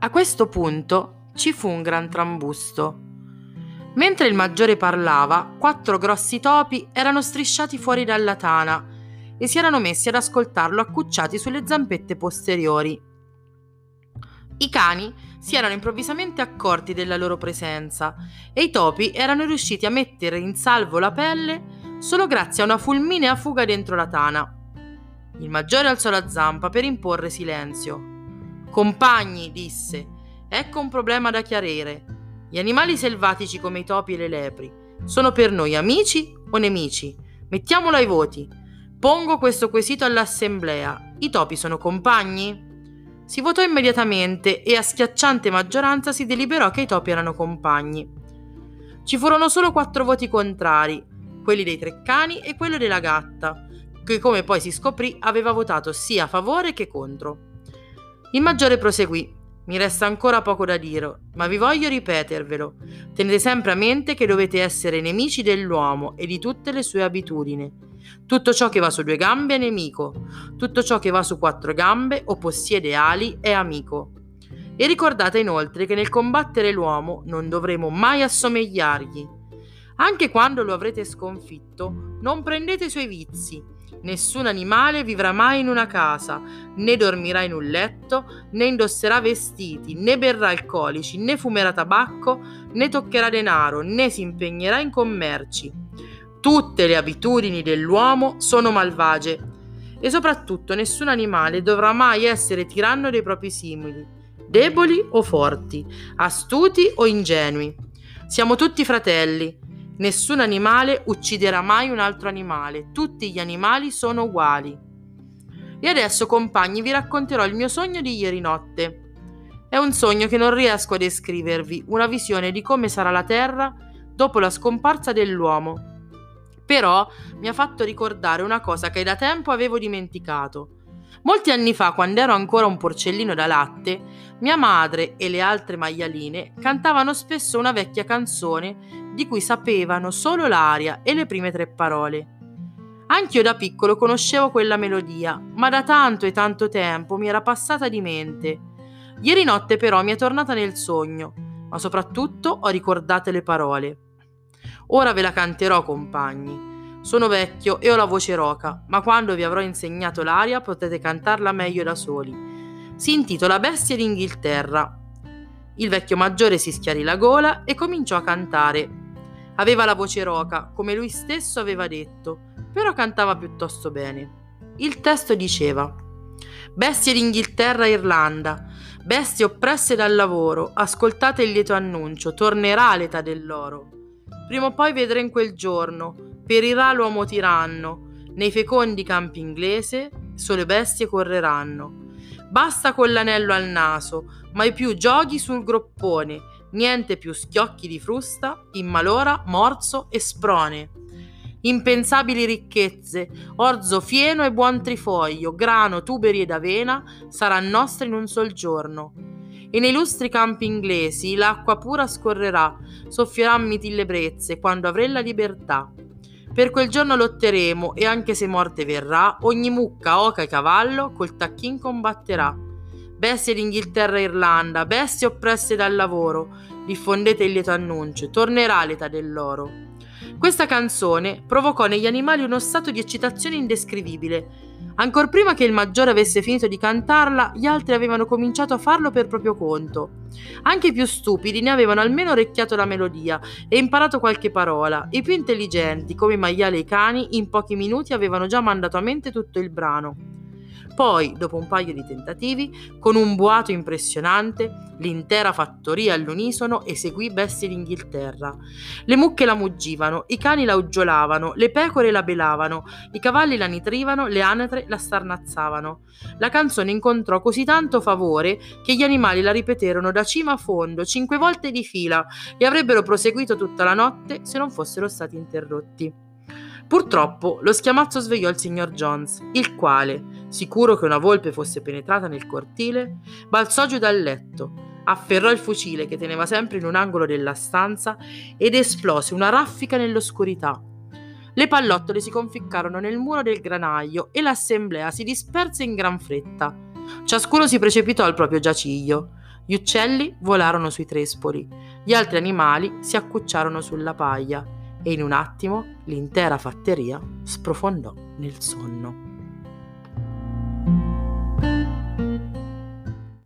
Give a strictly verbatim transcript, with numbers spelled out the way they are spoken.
A questo punto ci fu un gran trambusto. Mentre il maggiore parlava, quattro grossi topi erano strisciati fuori dalla tana e si erano messi ad ascoltarlo accucciati sulle zampette posteriori. I cani si erano improvvisamente accorti della loro presenza e i topi erano riusciti a mettere in salvo la pelle solo grazie a una fulminea fuga dentro la tana. Il maggiore alzò la zampa per imporre silenzio. «Compagni», disse, «ecco un problema da chiarire. Gli animali selvatici come i topi e le lepri sono per noi amici o nemici? Mettiamolo ai voti. Pongo questo quesito all'assemblea. I topi sono compagni?» Si votò immediatamente e a schiacciante maggioranza si deliberò che i topi erano compagni. Ci furono solo quattro voti contrari, quelli dei tre cani e quello della gatta, che come poi si scoprì aveva votato sia a favore che contro. Il maggiore proseguì. Mi resta ancora poco da dire, ma vi voglio ripetervelo. Tenete sempre a mente che dovete essere nemici dell'uomo e di tutte le sue abitudini. Tutto ciò che va su due gambe è nemico, tutto ciò che va su quattro gambe o possiede ali è amico. E ricordate inoltre che nel combattere l'uomo non dovremo mai assomigliargli. Anche quando lo avrete sconfitto, non prendete i suoi vizi. Nessun animale vivrà mai in una casa, né dormirà in un letto, né indosserà vestiti, né berrà alcolici, né fumerà tabacco, né toccherà denaro, né si impegnerà in commerci. Tutte le abitudini dell'uomo sono malvagie e soprattutto nessun animale dovrà mai essere tiranno dei propri simili, deboli o forti, astuti o ingenui. Siamo tutti fratelli. Nessun animale ucciderà mai un altro animale. Tutti gli animali sono uguali. E adesso, compagni, vi racconterò il mio sogno di ieri notte. È un sogno che non riesco a descrivervi, una visione di come sarà la Terra dopo la scomparsa dell'uomo. Però mi ha fatto ricordare una cosa che da tempo avevo dimenticato. Molti anni fa, quando ero ancora un porcellino da latte, mia madre e le altre maialine cantavano spesso una vecchia canzone di cui sapevano solo l'aria e le prime tre parole. Anch'io da piccolo conoscevo quella melodia, ma da tanto e tanto tempo mi era passata di mente. Ieri notte però mi è tornata nel sogno, ma soprattutto ho ricordato le parole. Ora ve la canterò, compagni. Sono vecchio e ho la voce roca, ma quando vi avrò insegnato l'aria potete cantarla meglio da soli. Si intitola Bestie d'Inghilterra. Il vecchio maggiore si schiarì la gola e cominciò a cantare. Aveva la voce roca, come lui stesso aveva detto, però cantava piuttosto bene. Il testo diceva: Bestie d'Inghilterra e Irlanda, bestie oppresse dal lavoro, ascoltate il lieto annuncio, tornerà l'età dell'oro. Prima o poi vedremo in quel giorno, perirà l'uomo tiranno, nei fecondi campi inglese sole bestie correranno. Basta con l'anello al naso, mai più giochi sul groppone, niente più schiocchi di frusta, immalora, morso e sprone. Impensabili ricchezze, orzo fieno e buon trifoglio, grano, tuberi ed avena saranno nostri in un sol giorno. E nei lustri campi inglesi l'acqua pura scorrerà, soffierà miti brezze quando avrei la libertà. Per quel giorno lotteremo e anche se morte verrà, ogni mucca, oca e cavallo col tacchin combatterà. Bestie d'Inghilterra e Irlanda, bestie oppresse dal lavoro, diffondete il lieto annuncio, tornerà l'età dell'oro. Questa canzone provocò negli animali uno stato di eccitazione indescrivibile. Ancor prima che il maggiore avesse finito di cantarla, gli altri avevano cominciato a farlo per proprio conto. Anche i più stupidi ne avevano almeno orecchiato la melodia e imparato qualche parola. I più intelligenti, come i maiali e i cani, in pochi minuti avevano già mandato a mente tutto il brano. Poi, dopo un paio di tentativi, con un boato impressionante, l'intera fattoria all'unisono eseguì Bestie d'Inghilterra. Le mucche la muggivano, i cani la uggiolavano, le pecore la belavano, i cavalli la nitrivano, le anatre la starnazzavano. La canzone incontrò così tanto favore che gli animali la ripeterono da cima a fondo, cinque volte di fila, e avrebbero proseguito tutta la notte se non fossero stati interrotti. Purtroppo lo schiamazzo svegliò il signor Jones, il quale, sicuro che una volpe fosse penetrata nel cortile, balzò giù dal letto, afferrò il fucile che teneva sempre in un angolo della stanza ed esplose una raffica nell'oscurità. Le pallottole si conficcarono nel muro del granaio e l'assemblea si disperse in gran fretta. Ciascuno si precipitò al proprio giaciglio. Gli uccelli volarono sui trespoli, gli altri animali si accucciarono sulla paglia e in un attimo l'intera fatteria sprofondò nel sonno.